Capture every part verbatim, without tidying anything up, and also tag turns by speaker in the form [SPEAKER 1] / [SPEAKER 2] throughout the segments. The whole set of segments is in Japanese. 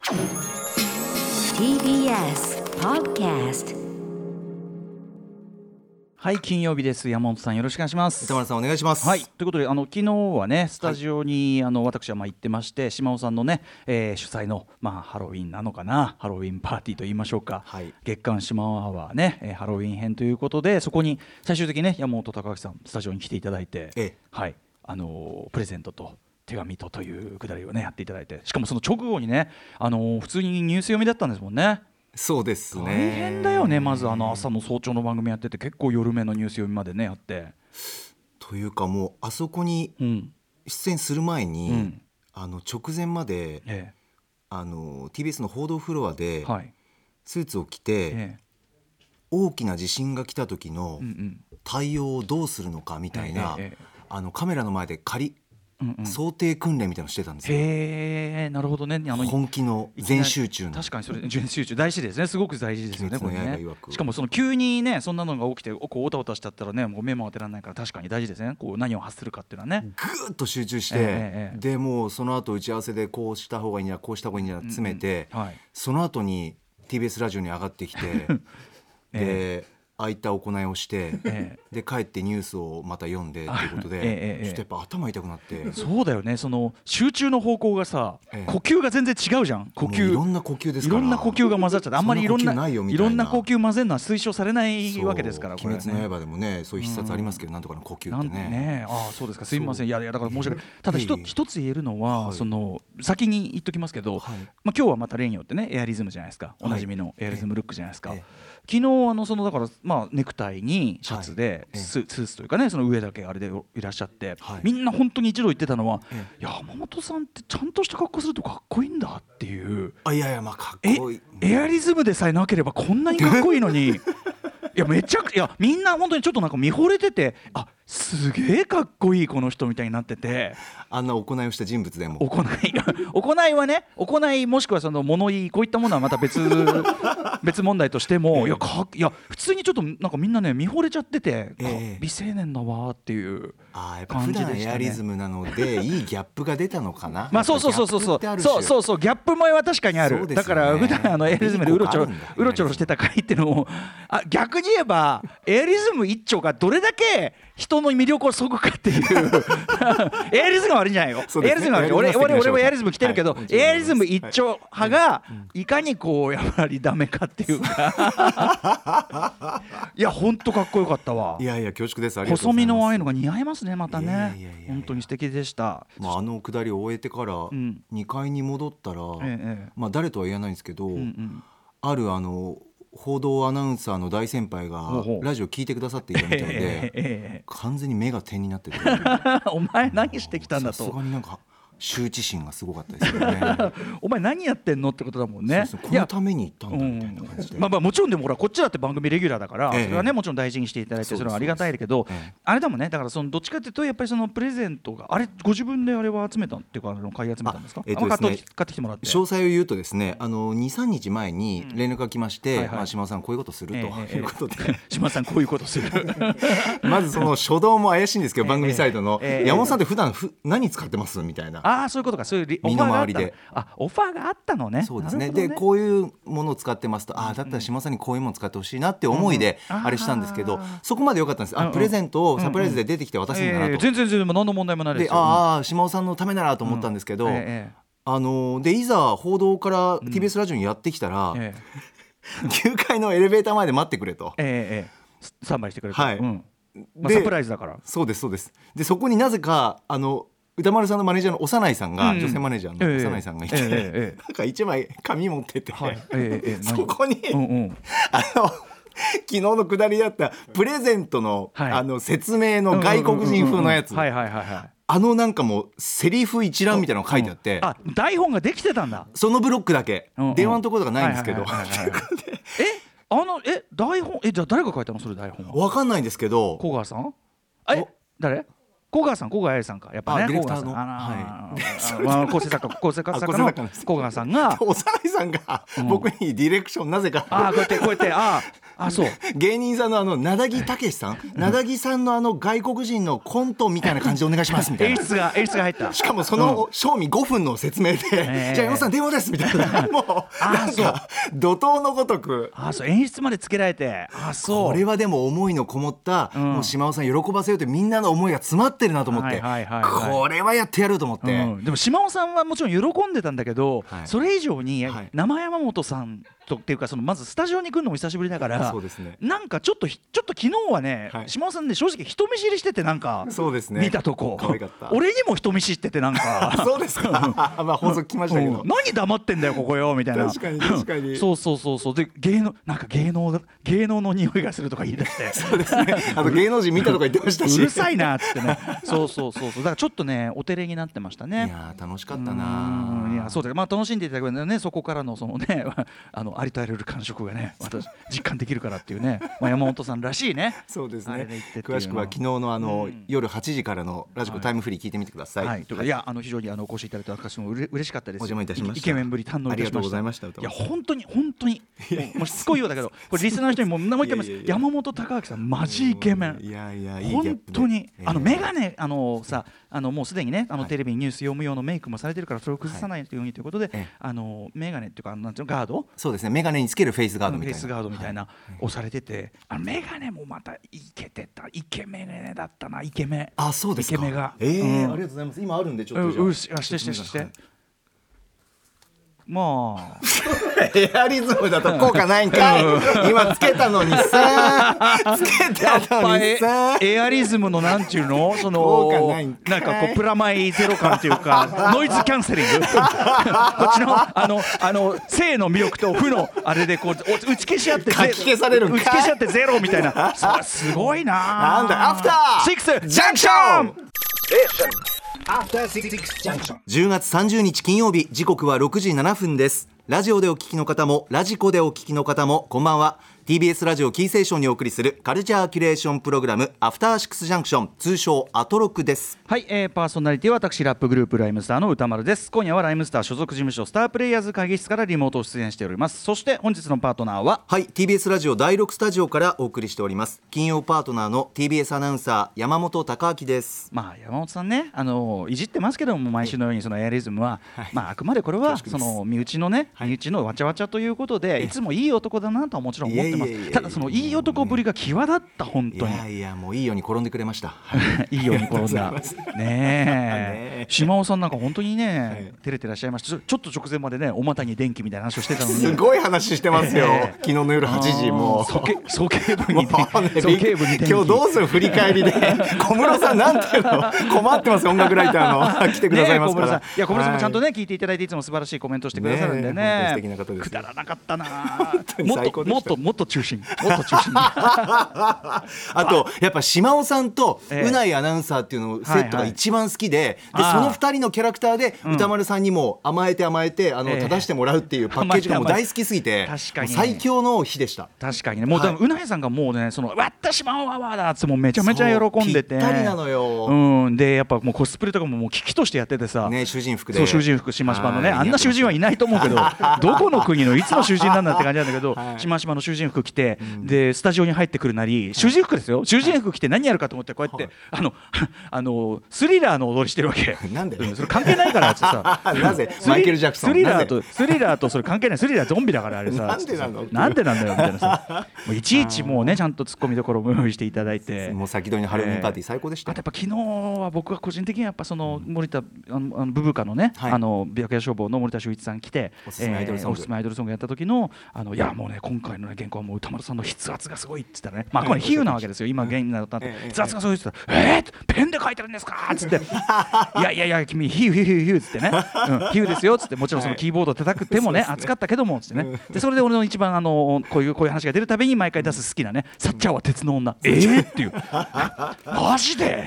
[SPEAKER 1] ティービーエス Podcast。
[SPEAKER 2] はい、金曜日です。山本さんよろしくお願いします。
[SPEAKER 3] 歌丸さんお願いします。
[SPEAKER 2] はい、ということであの昨日はねスタジオに、はい、あの私はまあ行ってまして、島尾さんのね、えー、主催の、まあ、ハロウィンなのかな、ハロウィンパーティーと言いましょうか、はい、月刊島尾アワーね、えー、ハロウィン編ということで、そこに最終的にね山本隆明さんスタジオに来ていただいて、ええ、はい、あのー、プレゼントと手紙とというくだりをねやっていただいて、しかもその直後にね、あのー、普通にニュース読みだったんですもんね。
[SPEAKER 3] そうですね、
[SPEAKER 2] 大変だよね。まずあの朝の早朝の番組やってて、結構夜目のニュース読みまでねやって、
[SPEAKER 3] というかもうあそこに出演する前に、うん、あの直前まで、ええ、あの ティービーエス の報道フロアでスーツを着て、ええ、大きな地震が来た時の対応をどうするのかみたいな、ええええ、あのカメラの前で仮うんうん、想定訓練みたいなのしてたんですよ。
[SPEAKER 2] へー、なるほどね。あの
[SPEAKER 3] 本気の全集中の。
[SPEAKER 2] 確かにそれ全集中大事ですね。すごく大事ですよね、これね。しかもその急にねそんなのが起きてこうおたおたしちゃったらね、もう目も当てられないから、確かに大事ですね。こう何を発するかっていうのはね、
[SPEAKER 3] ぐーっと集中して、えーえー、でもうその後打ち合わせでこうした方がいいんじゃこうした方がいいんじゃ詰めて、うんうん、はい、その後に ティービーエス ラジオに上がってきてで、えーああいった行いをして、ええ、で帰ってニュースをまた読んでということで、ええ、ちょっとやっぱ頭痛くなって。
[SPEAKER 2] そうだよね、その集中の方向がさ、ええ、呼吸が全然違うじゃん。呼吸
[SPEAKER 3] いろんな呼吸ですから、
[SPEAKER 2] いろんな呼吸が混ざっちゃって、あんまりいろんな、
[SPEAKER 3] ないよみたい
[SPEAKER 2] いろんな呼吸混ぜるのは推奨されないわけですから。
[SPEAKER 3] これね、鬼滅の刃でもねそういう必殺ありますけど、うん、なんとかの呼吸ってね。
[SPEAKER 2] ねああそうですか、すいません。いやいやだから申し訳ない。ただ一、ええ、一つ言えるのは、はい、その先に言っときますけど、はい、まあ、今日はまた例によってねエアリズムじゃないですか、おなじみのエアリズムルックじゃないですか、はい、昨日あのそのだからまあネクタイにシャツで、はい、ス, スーツというかね、その上だけあれでいらっしゃって、はい、みんな本当に一度言ってたのは、ええ、山本さんってちゃんとした格好するとかっこいいんだっていう。
[SPEAKER 3] あ、いやいや、まあかっこいい。
[SPEAKER 2] エアリズムでさえなければこんなにかっこいいのにいやめちゃくちゃ、いやみんな本当にちょっとなんか見惚れてて、あすげえかっこいいこの人みたいになってて、
[SPEAKER 3] あんな行いをした人物でも
[SPEAKER 2] 行い行いはね、行いもしくはその物言い、こういったものはまた別別問題としても、いやかいや普通にちょっとなんかみんなね見惚れちゃってて、えー、美青年だわっていう感じでしたね。
[SPEAKER 3] あやっぱ普段エアリズムなのでいいギャップが出たのかな
[SPEAKER 2] まあそうそうそうそうそうそうそうそうギャップ萌えは確かにある、ね、だから普段あのエアリズムでうろちょろうろちょろしてた回っていうのも、あ逆に言えばエアリズム一丁がどれだけ人の魅力をそぐかっていうエアリズムは悪いんじゃないよ、ね、エアリズムは悪い。俺俺俺もエアリズム来てるけど、はい、エアリズム一丁派がいかにこうやっぱりダメかっていうかいやほんとかっこよかったわ。
[SPEAKER 3] いやいや恐縮です。ありがとうございます。
[SPEAKER 2] 細身のああいうのが似合いますね、またね。本当に素敵でした。
[SPEAKER 3] まあ、あの下りを終えてからにかいに戻ったら、うん、まあ誰とは言わないんですけど、うんうん、あるあの報道アナウンサーの大先輩がラジオ聞いてくださっていたみたいで、完全に目が点になってて
[SPEAKER 2] お前何してきたんだと。
[SPEAKER 3] さすがになんか羞恥心がすごかったですよね
[SPEAKER 2] お前何やってんのってことだもんね。
[SPEAKER 3] そうそう、このために行ったんだみたいな感じで、
[SPEAKER 2] まあまあもちろんでもほらこっちだって番組レギュラーだから、ええ、それはねもちろん大事にしていただいてそれはありがたいけど、ええ、あれだもんね。だからそのどっちかっていうとやっぱりそのプレゼントがあれご自分であれは集めたっていうか、あの買い集めたんですか。
[SPEAKER 3] えっとですね、
[SPEAKER 2] 買ってきてもらって
[SPEAKER 3] 詳細を言うとですね、あの にさんにちまえに連絡が来まして、うんはいはい、まあ、島田さんこういうことすると、ええ、いうことで、ええ、
[SPEAKER 2] 島田さんこういうことする
[SPEAKER 3] まずその初動も怪しいんですけど、番組サイトの、ええ、山本さんって普段ふ何使ってますみたいな。
[SPEAKER 2] ああそういうことか。そういう
[SPEAKER 3] 身の回りで
[SPEAKER 2] あオファーがあったのね。
[SPEAKER 3] そうですね。でこういうものを使ってますと、あだったら島さんにこういうものを使ってほしいなって思いであれしたんですけど、そこまで良かったんです。あプレゼントをサプライズで出てきて渡すんだなと、
[SPEAKER 2] えー、全然全然何の問題もないですよ。
[SPEAKER 3] でああ島尾さんのためならと思ったんですけど、うんえー、あのでいざ報道から ティービーエス ラジオにやってきたら、うんえー、きゅうかいのエレベーター前で待ってくれと、
[SPEAKER 2] えーえー、スタンバイしてくれと、
[SPEAKER 3] はい、
[SPEAKER 2] うんまあ、サプライズだから。
[SPEAKER 3] そうですそうです。でそこになぜかあの歌丸さんのマネージャーの長内さんが、うん、女性マネージャーの長内さんがいて、えーえー、なんか一枚紙持ってて、はいえーえー、そこに、うんうん、あの昨日のくだりだったプレゼント の,、はい、あの説明の外国人風のやつ、あのなんかもうセリフ一覧みたいなのが書いてあって、うん、
[SPEAKER 2] あ台本ができてたんだ。
[SPEAKER 3] そのブロックだけ、うんうん、電話のところとかないんですけど、え
[SPEAKER 2] あのえ台本えじゃあ誰が書いたのそれ台本は。
[SPEAKER 3] 分かんないんですけど。
[SPEAKER 2] 小川さんえ誰小川さん小川愛さんかやっぱね。
[SPEAKER 3] ディレクターの
[SPEAKER 2] 構成作家構成作家の小川さんが
[SPEAKER 3] 長内さんが僕にディレクションなぜか、
[SPEAKER 2] あこうやってこうやってああ、そう
[SPEAKER 3] 芸人さんのあの名田木武さん、名田木さんのあの外国人のコントみたいな感じでお願いしますみたいな
[SPEAKER 2] 演出が演出が入った。
[SPEAKER 3] しかもその賞味ごふんの説明で、えー、じゃあ山本さん電話ですみたいな、もうなんか怒涛のごとく、
[SPEAKER 2] あ、そう演出までつけられて、あ、そう
[SPEAKER 3] これはでも思いのこもった、うん、もう島尾さん喜ばせようってみんなの思いが詰まってるなと思って、はいはいはいはい、これはやってやると思って、うん、
[SPEAKER 2] でも島尾さんはもちろん喜んでたんだけど、はい、それ以上に、はい、生山本さんとっていうか、そのまずスタジオに来るのも久しぶりだから、
[SPEAKER 3] そうですね、
[SPEAKER 2] なんかちょっとちょっと昨日はね、はい、島尾さんね正直人見知りしてて、なんか
[SPEAKER 3] そうですね、
[SPEAKER 2] 見たとこ
[SPEAKER 3] 可愛かった。
[SPEAKER 2] 俺にも人見知っててなんか
[SPEAKER 3] そうですかまあ放送来ましたけど、
[SPEAKER 2] うん、何黙ってんだよここよみたいな。
[SPEAKER 3] 確かに確かに
[SPEAKER 2] そうそうそうそう、で芸能なんか芸能芸能の匂いがするとか言い出して
[SPEAKER 3] そうですね、あと芸能人見たとか言ってましたし
[SPEAKER 2] うるさいなっつってねそうそうそうそう、だからちょっとねお照れになってましたね。
[SPEAKER 3] いや楽しかったな。
[SPEAKER 2] いやそうだ、まあ楽しんでいただくんだよね。そこからのそのねあのありとあらゆる感触がね私実感できるからっていうね、まあ、山本さんらしいね。
[SPEAKER 3] そうですね、詳しくは昨日のあの、うん、夜はちじからのラジコタイムフリー聞いてみてください。
[SPEAKER 2] はい、はい、いやあの非常にあのお越しいただいた私もうれ嬉しかったです。
[SPEAKER 3] お邪魔いたしました。
[SPEAKER 2] イケメンぶり堪能いたしました。
[SPEAKER 3] ありがとうございました。い
[SPEAKER 2] や本当に本当にもうしつこいようだけどこれリスナーの人にももう一回言います。山本貴明さんマジイケメン。
[SPEAKER 3] いやいやいい
[SPEAKER 2] 本当にあのメガネあのさあのもうすでにねあのテレビにニュース読む用のメイクもされてるからそれを崩さないようにということで、あのメガネっていうかなんていうのガード、
[SPEAKER 3] そうですね、メガネにつけるフェイスガードみたいな、
[SPEAKER 2] フェイスガードみたいなをされてて、あのメガネもまたイケてた、イケメガだったな、イケメ。
[SPEAKER 3] あ、そうですか。
[SPEAKER 2] イケメが、
[SPEAKER 3] えーうん、ありがとうございます。今あるんでちょっとじゃあ、
[SPEAKER 2] ううしてしてしてして、まあ
[SPEAKER 3] エアリズムだと効果ないんかい今つけたのにさつけたのにさ
[SPEAKER 2] エアリズムのなんていうのそのなんかこうプラマイゼロ感というかノイズキャンセリングこっちのあのあの正の魅力と負のあれでこう打ち消し合って
[SPEAKER 3] かき消されるんかい、
[SPEAKER 2] 打ち消し合ってゼロみたいなそれすごいな。
[SPEAKER 3] なんだアフター
[SPEAKER 2] シックスジャンクション
[SPEAKER 3] じゅうがつさんじゅうにち金曜日、時刻はろくじななふんです。ラジオでお聞きの方もラジコでお聞きの方もこんばんは。 ティービーエス ラジオキーステーションにお送りするカルチャーキュレーションプログラムアフターシックスジャンクション、通称アトロクです。
[SPEAKER 2] はい、えー、パーソナリティは私ラップグループライムスターの歌丸です。今夜はライムスター所属事務所スタープレイヤーズ会議室からリモート出演しております。そして本日のパートナーは
[SPEAKER 3] はい ティービーエス ラジオだいろくスタジオからお送りしております金曜パートナーの ティービーエス アナウンサー山本貴明です。
[SPEAKER 2] まあ山本さんね、あのいじってますけども毎週のようにそのエアリズムは、はい、まああくまでこれはその身内のね、はい、身内のわちゃわちゃということでいつもいい男だなとはもちろん思ってます。ただそのいい男ぶりが際立った本当に。
[SPEAKER 3] いやいやもういいように転んでくれました
[SPEAKER 2] いいように転んだねえ島尾さんなんか本当にね、はい、照れてらっしゃいました。ちょっと直前までねお股に電気みたいな話をしてたのに
[SPEAKER 3] すごい話してますよ、えー、昨日の夜はちじもう
[SPEAKER 2] 鼠径部に今
[SPEAKER 3] 日どうする振り返りで小室さんなんていうの困ってます音楽ライターの来てくださいますから、
[SPEAKER 2] ね、いや小室さんもちゃんとね、はい、聞いていただいていつも素晴らしいコメントしてくださるんでね、
[SPEAKER 3] 素敵な方です。
[SPEAKER 2] くだらなかったなもっともっともっと中心もっと中心
[SPEAKER 3] あとやっぱ島尾さんとうないアナウンサーっていうのセットが一番好きで、はいはい、でそのふたりのキャラクターで歌丸さんにも甘えて甘えてあの正してもらうっていうパッケージがもう大好きすぎて、
[SPEAKER 2] 確かに
[SPEAKER 3] 最強の日でした。
[SPEAKER 2] 確かにね、もう、はい、うないさんがもうねその私もわわだってもうめちゃめちゃ喜んでて
[SPEAKER 3] ぴったりなのよ、
[SPEAKER 2] うん、でやっぱもうコスプレとかももう危機としてやっててさ、
[SPEAKER 3] ね、囚人服で
[SPEAKER 2] そう囚人服しましまのね、あんな囚人はいないと思うけどどこの国のいつの囚人なんだって感じなんだけど、はい、しましまの囚人服着て、うん、でスタジオに入ってくるなり囚人服ですよ、囚人服着て何やるかと思ってこうやって、はい、あのあのスリラーの踊りしてるわけ
[SPEAKER 3] なんで、
[SPEAKER 2] うん、それ関係ないからってさ
[SPEAKER 3] なぜマイケル・ジャクソン
[SPEAKER 2] スリラーとスリラーとそれ関係ない、スリラーゾンビだからあれさ
[SPEAKER 3] なんでなの
[SPEAKER 2] なんでなんだよみたいなさもういちいちもうねちゃんとツッコミどころも用意していただいて、
[SPEAKER 3] もう先取りのハロウィンパーティー最高でした、
[SPEAKER 2] えー、あとやっぱ昨日は僕は個人的にやっぱその森田あのブブカのね、はい、あの白夜消防の森田修一さん来て
[SPEAKER 3] おすすめアイドルソング、
[SPEAKER 2] えー、おすすめアイドルソングやった時のあのいやもうね今回の、ね、原稿はもう歌丸さんの筆圧がすごいって言ったらね、まあこれ比喩なわけですよ今現になったって筆圧がすごいって言ったらえーペンで書いてるんですかっつっていやいやいや君ヒューヒューヒューヒューっつってね、うん、ヒューですよっつってもちろんそのキーボード叩く手もね熱かったけどもっつってね、でそれで俺の一番あのこういうこういう話が出るたびに毎回出す好きなねサッチャーは鉄の女えーっていうマジで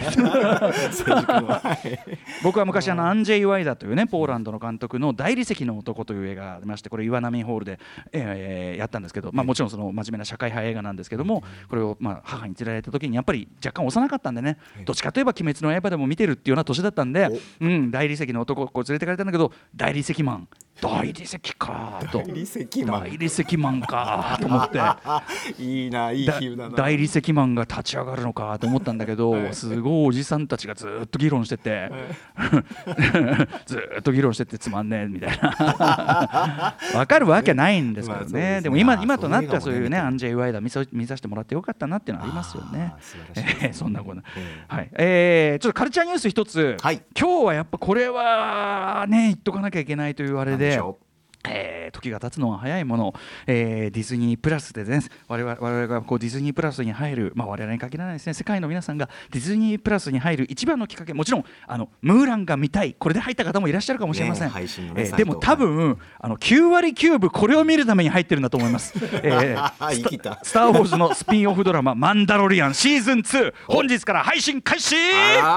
[SPEAKER 2] 僕は昔あのアンジェイ・ワイダというねポーランドの監督の大理石の男という映画がありまして、これ岩波ホールで、えー、やったんですけど、まあもちろんその真面目な社会派映画なんですけども、これをまあ母に連れられた時にやっぱり若干幼かったんでね、どっちかといえば鬼滅の刃でも見てるっていうような年だったんで、うん、大理石の男をこう連れてかれたんだけど、大理石マン大理石かと
[SPEAKER 3] 大理石マン
[SPEAKER 2] 大理石マンかと思って
[SPEAKER 3] いいないい比喩だな。
[SPEAKER 2] 大理石マンが立ち上がるのかと思ったんだけど、すごいおじさんたちがずっと議論しててずっと議論しててつまんねえみたいな分かるわけないんですけどね、まあ、でも 今, 今となってはそういうねアンジェイ・ワイダー 見, 見させてもらってよかったなっていうのはありますよね。えー、そんなこと、えーはいえー、ちょっとカルチャーニュース一つ、はい、今日はやっぱこれはね言っとかなきゃいけないというあれで、えー、時が経つのは早いもの、えー、ディズニープラスでね我々, 我々がこうディズニープラスに入る、まあ、我々に限らないですね、世界の皆さんがディズニープラスに入る一番のきっかけ、もちろんあのムーランが見たいこれで入った方もいらっしゃるかもしれません、ねねえー、でも多分あのきゅうわりきゅうぶこれを見るために入ってるんだと思います、えー、ス, タスター・ウォーズのスピンオフドラママンダロリアンシーズンツー本日から配信開始。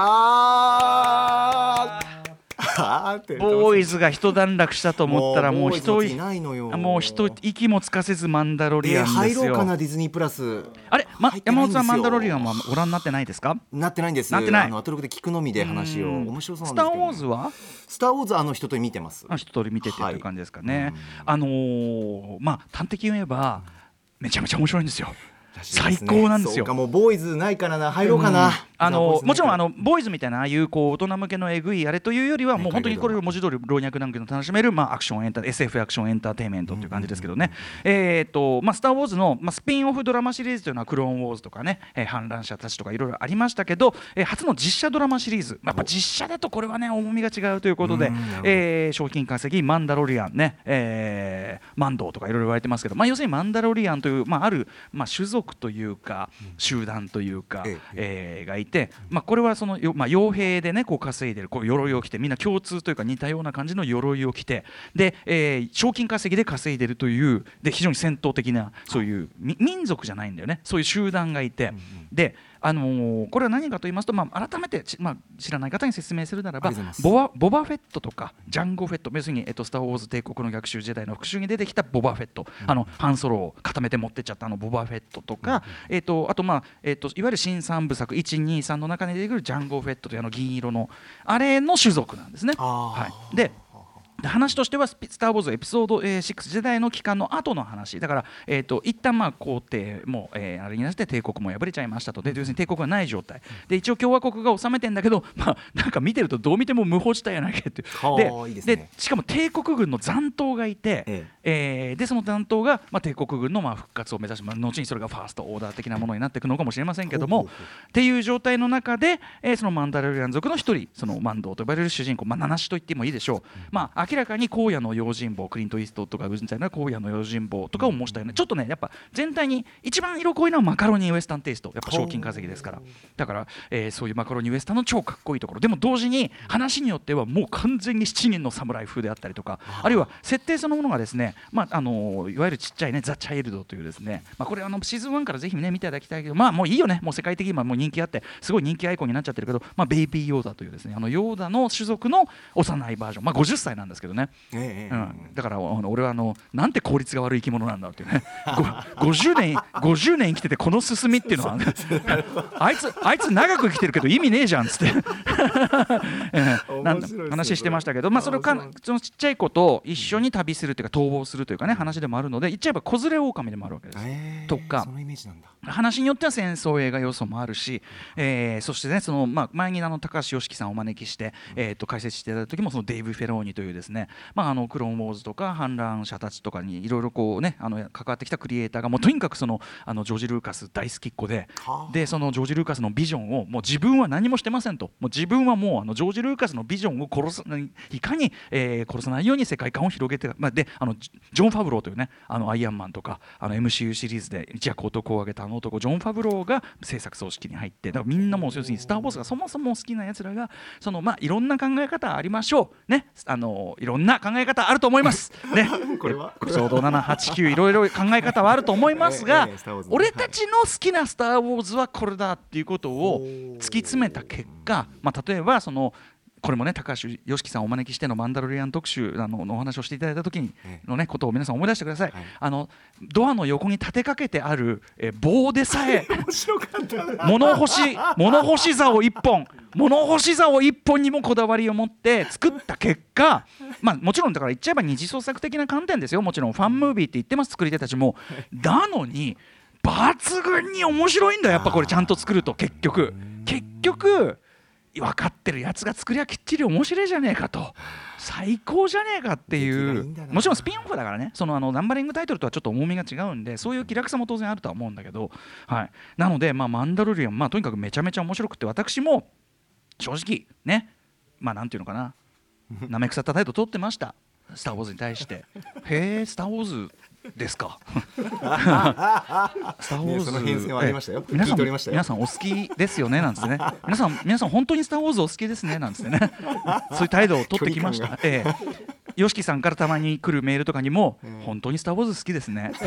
[SPEAKER 2] あーボーイズが一段落したと思ったらもう一もう一息もつかせずマンダロリアンですよ、
[SPEAKER 3] えー、入ろうかなディズニープラス。
[SPEAKER 2] あれ、ま、山本さんマンダロリアンはご覧になってないですか？
[SPEAKER 3] なってないんです。
[SPEAKER 2] なってない。
[SPEAKER 3] あのアトロクで聞くのみで話を面白そうなんですけど、ね、
[SPEAKER 2] スター・ウォーズは
[SPEAKER 3] スター・ウォーズあの一通り見てます。
[SPEAKER 2] あ一通り見ててという感じですかね、はい、あのー、まあ端的に言えばめちゃめちゃ面白いんですよ。最高なんですよ。
[SPEAKER 3] そうかもうボーイズないからな入ろうかな、うん、
[SPEAKER 2] あのもちろんあのボーイズみたいなああいうこう大人向けのえぐいあれというよりはもう本当にこれを文字通り老若男女の楽しめる、まあ、アクションエンタ エスエフ アクションエンターテインメントという感じですけどね、うんうんうん、えーとまあ、スター・ウォーズの、まあ、スピンオフドラマシリーズというのはクローン・ウォーズとかね、えー、反乱者たちとかいろいろありましたけど、えー、初の実写ドラマシリーズ、まあ、やっぱ実写だとこれはね重みが違うということで、えー、賞金稼ぎマンダロリアンね、えー、マンドーとかいろいろ言われてますけど、まあ、要するにマンダロリアンという、まあ、ある、まあ、種族というか集団というか、えええー、がいて、まあ、これはその、まあ、傭兵でねこう稼いでるこう鎧を着てみんな共通というか似たような感じの鎧を着てで、えー、賞金稼ぎで稼いでるというで非常に戦闘的なそういう民族じゃないんだよね、そういう集団がいて、うんうん、であのー、これは何かと言いますと、まあ、改めて、まあ、知らない方に説明するならばボバ、ボバフェットとかジャンゴフェット、要するに、えっと、スター・ウォーズ帝国の逆襲時代の復讐に出てきたボバフェット、うん、あのハンソロを固めて持ってっちゃったあのボバフェットとか、うん、えっと、あと、まあえっと、いわゆる新三部作いち、に、さんの中に出てくるジャンゴフェットというあの銀色のあれの種族なんですね。はい、で話としてはスター・ウォーズエピソードろく時代の期間の後の話だから、えー、と一旦まあ皇帝も、えー、あれになって帝国も破れちゃいましたと。で要するに帝国がない状態で一応共和国が治めてんだけど、まあ、なんか見てるとどう見ても無法地帯やなきゃっていうでいいです、ね、でしかも帝国軍の残党がいて、えええー、でその残党が、まあ、帝国軍のまあ復活を目指し、まあ、後にそれがファーストオーダー的なものになっていくのかもしれませんけどもっていう状態の中で、えー、そのマンダロリアン族の一人そのマンドーと呼ばれる主人公、まあ、七種と言ってもいいでしょう、まあ、明らかに荒野の用心棒クリント・イーストとかみたいな荒野の用心棒とかを模したよね、ちょっとねやっぱ全体に一番色濃いのはマカロニウエスタンテイスト、やっぱ賞金稼ぎですからだから、えー、そういうマカロニウエスタンの超かっこいいところでも同時に話によってはもう完全にしちにんの侍風であったりとか、あるいは設定そのものがですね、まあ、あのいわゆるちっちゃいねザ・チャイルドというですね、まあ、これあのシーズンワンからぜひね見ていただきたいけど、まあもういいよね、もう世界的に今もう人気あってすごい人気アイコンになっちゃってるけど、まあ、ベイビーヨーダというですねあのヨーダの種族の幼いバージョン、まあ、ごじゅっさいなんですけどね、ええうん、だから俺はあのなんて効率が悪い生き物なんだっていうねごじゅうねんごじゅうねん生きててこの進みっていうのはあいつあいつ長く生きてるけど意味ねえじゃんっつってなんだ話してましたけど、まあ、それをかそのちっちゃい子と一緒に旅するというか逃亡するというかね話でもあるので言っちゃえば子連れ狼でもあるわけです、えー、とか
[SPEAKER 3] そのイメージなんだ。
[SPEAKER 2] 話によっては戦争映画要素もあるし、えー、そしてねその、まあ、前にあの高橋良樹さんをお招きして、えー、と解説していただいた時もそのデイブ・フェローニというですね、まあ、あのクローンウォーズとか反乱者たちとかにいろいろこうねあの関わってきたクリエイターがもうとにかくそのあのジョージ・ルーカス大好きっ子で、でそのジョージ・ルーカスのビジョンをもう自分は何もしてませんと、もう自分はもうあのジョージ・ルーカスのビジョンを殺すいかに、えー、殺さないように世界観を広げて、まあ、であのジョン・ファブローというねあのアイアンマンとかあの エムシーユー シリーズで一躍男を挙げたあの男ジョン・ファブローが制作総指揮に入って、だからみんなもう要するにスター・ウォーズがそもそも好きなやつらがその、まあ、いろんな考え方ありましょうね、あのいろんな考え方あると思いますね
[SPEAKER 3] これは
[SPEAKER 2] エピソードなな、はち、きゅういろいろ考え方はあると思いますが俺たちの好きなスター・ウォーズはこれだっていうことを突き詰めた結果、まあ、例えばそのこれもね高橋良樹さんをお招きしてのマンダロリアン特集あののお話をしていただいた時の、ね、ことを皆さん思い出してください、はい、あのドアの横に立てかけてあるえ棒でさえ物干し物干し竿一本物干し竿一本にもこだわりを持って作った結果、まあ、もちろんだから言っちゃえば二次創作的な観点ですよ。もちろんファンムービーって言ってます作り手たちも。なのに抜群に面白いんだよやっぱこれちゃんと作ると結局結局分かってるやつが作りゃきっちり面白いじゃねえかと最高じゃねえかっていうもちろんスピンオフだからねそのあのナンバリングタイトルとはちょっと重みが違うんでそういう気楽さも当然あるとは思うんだけど、はい、なので、まあ、マンダロリアン、まあ、とにかくめちゃめちゃ面白くて私も正直ねまあなんていうのかななめくさった態度取ってましたスター・ウォーズに対してへえスター・ウォーズですかスター・ウォーズ、ね、
[SPEAKER 3] その変遷はありましたよ。
[SPEAKER 2] 皆さん
[SPEAKER 3] 聞いておりましたよ。
[SPEAKER 2] 皆さんお好きですよねなんつってね皆さん皆さん本当にスター・ウォーズお好きですねなんつってねそういう態度を取ってきました。ええヨシキさんからたまに来るメールとかにも、うん、本当にスター・ウォーズ好きですね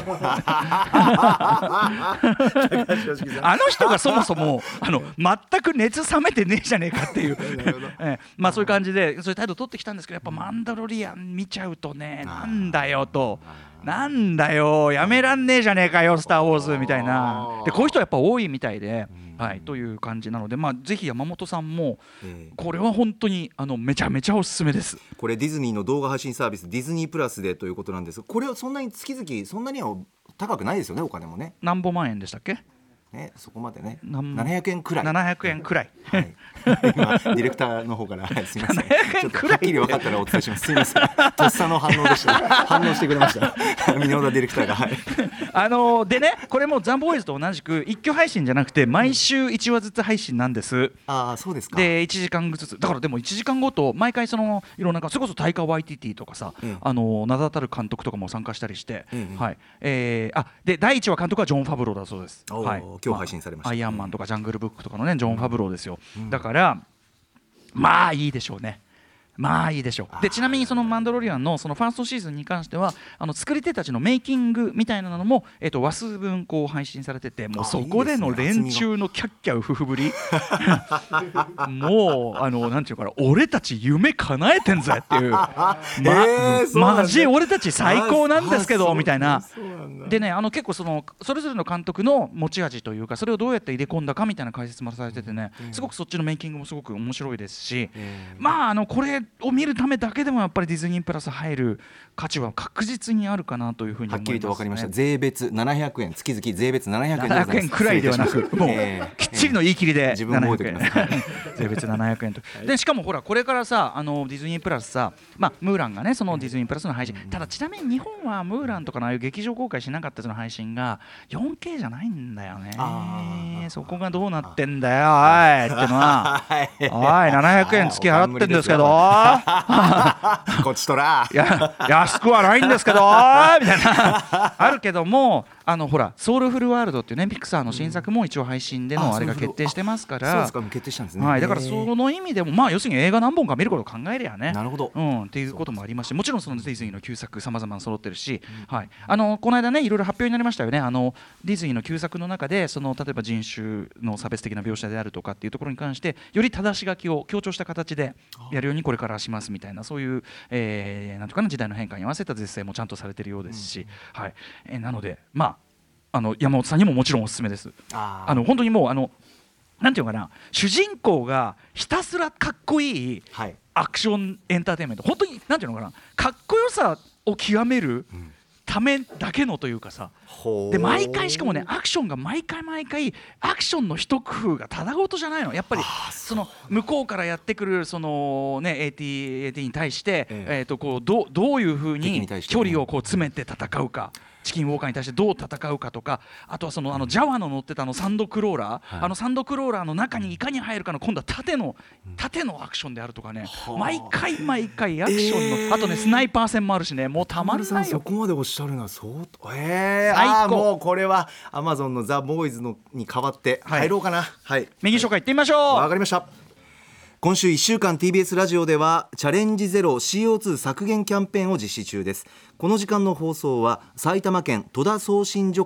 [SPEAKER 2] あの人がそもそもあの全く熱冷めてねえじゃねえかっていうええまあそういう感じでそういう態度を取ってきたんですけどやっぱマンダロリアン見ちゃうとねなんだよとなんだよやめらんねえじゃねえかよスター・ウォーズみたいなでこういう人はやっぱ多いみたいで、はい、という感じなので、まあ、ぜひ山本さんもこれは本当にあのめちゃめちゃおすすめです。
[SPEAKER 3] これディズニーの動画配信サービスディズニープラスでということなんですがこれはそんなに月々そんなには高くないですよねお金もね
[SPEAKER 2] 何ぼ万円でしたっけ
[SPEAKER 3] ね、そこまでねななひゃくえんくらい
[SPEAKER 2] ななひゃくえんくらい、
[SPEAKER 3] はい、今ディレクターの方から、はい、すみませんちょっとはっきり分かったらお伝えしますすみませんとっさの反応でした反応してくれました箕輪田ディレクターが、はい、
[SPEAKER 2] あのー、でねこれもザ・ボーイズと同じく一挙配信じゃなくて毎週いちわずつ配信なんです。
[SPEAKER 3] ああそうですか。
[SPEAKER 2] でいちじかんずつだからでもいちじかんごと毎回そのいろんなそれこそタイカ・ワイティティとかさ、うん、あのー、名だたる監督とかも参加したりして、うんうんはいえー、あでだいいちわ監督はジョン・ファブローだそうです、はい、
[SPEAKER 3] 今日配信されました、
[SPEAKER 2] まあアイアンマンとかジャングルブックとかのねジョン・ファブローですよ、うん、だからまあいいでしょうねまあいいでしょう。でちなみにそのマンダロリアンのそのファーストシーズンに関してはあの作り手たちのメイキングみたいなのも、えー、と話数分こう配信されててもうそこでの連中のキャッキャウフフぶりもうあのなんていうかな俺たち夢叶えてんぜっていう、まえー、マジ俺たち最高なんですけどみたいな。でねあの結構そのそれぞれの監督の持ち味というかそれをどうやって入れ込んだかみたいな解説もされててねすごくそっちのメイキングもすごく面白いですし、まああのこれを見るためだけでもやっぱりディズニープラス入る価値は確実にあるかなというふうに思います、ね、
[SPEAKER 3] はっきりと分かりました。税別ななひゃくえん月々税別ななひゃくえんでございます。
[SPEAKER 2] ななひゃくえんくらいではなくもうきっちりの言い切りで
[SPEAKER 3] 自分も覚えておきます
[SPEAKER 2] 税別ななひゃくえんとでしかもほらこれからさあのディズニープラスさ、まあ、ムーランがねそのディズニープラスの配信ただちなみに日本はムーランとかのああいう劇場公開しなかったその配信が よんケー じゃないんだよね。そこがどうなってんだよおいってのはおいななひゃくえん月払ってんですけど
[SPEAKER 3] こっちとら
[SPEAKER 2] いや安くはないんですけどみたいなあるけどもあのほらソウルフルワールドっていうねピクサーの新作も一応配信でのあれが決定してますから、
[SPEAKER 3] そうですか決定したんですね、
[SPEAKER 2] はい、だからその意味でもまあ要するに映画何本か見ることを考えりゃね
[SPEAKER 3] なるほど、
[SPEAKER 2] うん、っていうこともありますしもちろんそのディズニーの旧作さまざま揃ってるし、うんはい、あのこの間ねいろいろ発表になりましたよねあのディズニーの旧作の中でその例えば人種の差別的な描写であるとかっていうところに関してより正し書きを強調した形でやるようにこれからしますみたいなそういう、えー、なんとかな時代の変化に合わせた是正もちゃんとされているようですし、うんはいえー、なのでまああの山本さんにももちろんおすすめです。ああの本当にもうあのなんていうのかな主人公がひたすらかっこいいアクションエンターテインメント、はい、本当になんていうのかなかっこよさを極めるためだけのというかさ、うん、で毎回しかもねアクションが毎回毎回アクションの一工夫がただごとじゃないのやっぱりその向こうからやってくるそのね エーティー エーティー に対して、えええー、とこう ど, どういうふうに距離をこう詰めて戦うかチキンウォーカーに対してどう戦うかとかあとはそのあのジャワの乗ってたあのサンドクローラー、はい、あのサンドクローラーの中にいかに入るかの今度は縦の縦のアクションであるとかね、うん、毎回毎回アクションの、えー、あとねスナイパー戦もあるしねもうたまらないよ。
[SPEAKER 3] そこまでおっしゃるのは相当えー、あもうこれはアマゾンのザ・ボーイズのに代わって入ろうかな、はいはい、
[SPEAKER 2] 右紹介いってみましょう。
[SPEAKER 3] わかりました。今週いっしゅうかん ティービーエス ラジオではチャレンジゼロ シーオーツー 削減キャンペーンを実施中です。この時間の放送は埼玉県戸田送信所から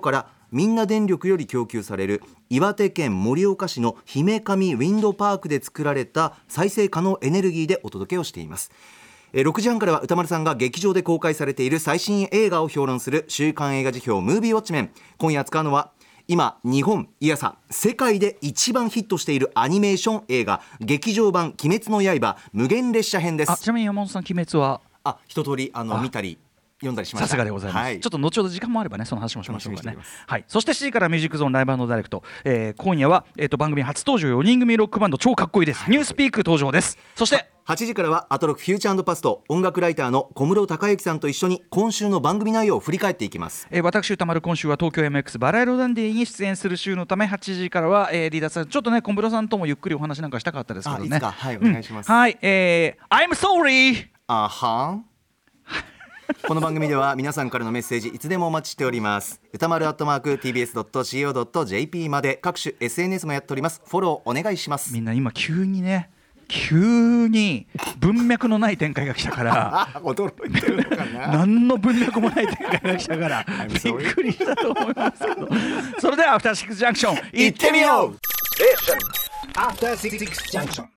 [SPEAKER 3] みんな電力より供給される岩手県盛岡市の姫上ウィンドパークで作られた再生可能エネルギーでお届けをしています。ろくじはんからは歌丸さんが劇場で公開されている最新映画を評論する週刊映画辞表ムービーウォッチメン。今夜扱うのは今日本いやさ世界で一番ヒットしているアニメーション映画劇場版鬼滅の刃無限列車編です。
[SPEAKER 2] あちなみに山本さん鬼滅は
[SPEAKER 3] あ一通りあの見たり読んだりしました。
[SPEAKER 2] さすがでございます、はい、ちょっと後ほど時間もあればねその話もしましょうかね。はい、そしてしちじからミュージックゾーンライブ&ダイレクト、えー、今夜は、えー、と番組初登場よにん組ロックバンド超かっこいいです、はい、ニュースピーク登場です。そして
[SPEAKER 3] はちじからはアトロックフューチャー&パスト音楽ライターの小室孝之さんと一緒に今週の番組内容を振り返っていきます。
[SPEAKER 2] えー、私歌丸今週は東京 エムエックス バラ色ダンディに出演する週のためはちじからは、えー、リーダーさんちょっとね小室さんともゆっくりお話なんかしたかったですけどね。
[SPEAKER 3] あいつかはいお願いします、
[SPEAKER 2] うん、はい、えー、I'm sorry
[SPEAKER 3] あはんこの番組では皆さんからのメッセージいつでもお待ちしております。歌丸アットマーク ティービーエスドットシーオードットジェーピー まで各種 エスエヌエス もやっております。フォローお願いします。
[SPEAKER 2] みんな今急にね急に文脈のない展開が来たから
[SPEAKER 3] 驚いてるのかな
[SPEAKER 2] 何の文脈もない展開が来たからびっくりしたと思いますけどそれではアフターシックスジャンクション行ってみよう。
[SPEAKER 4] アフターシックスジャンクション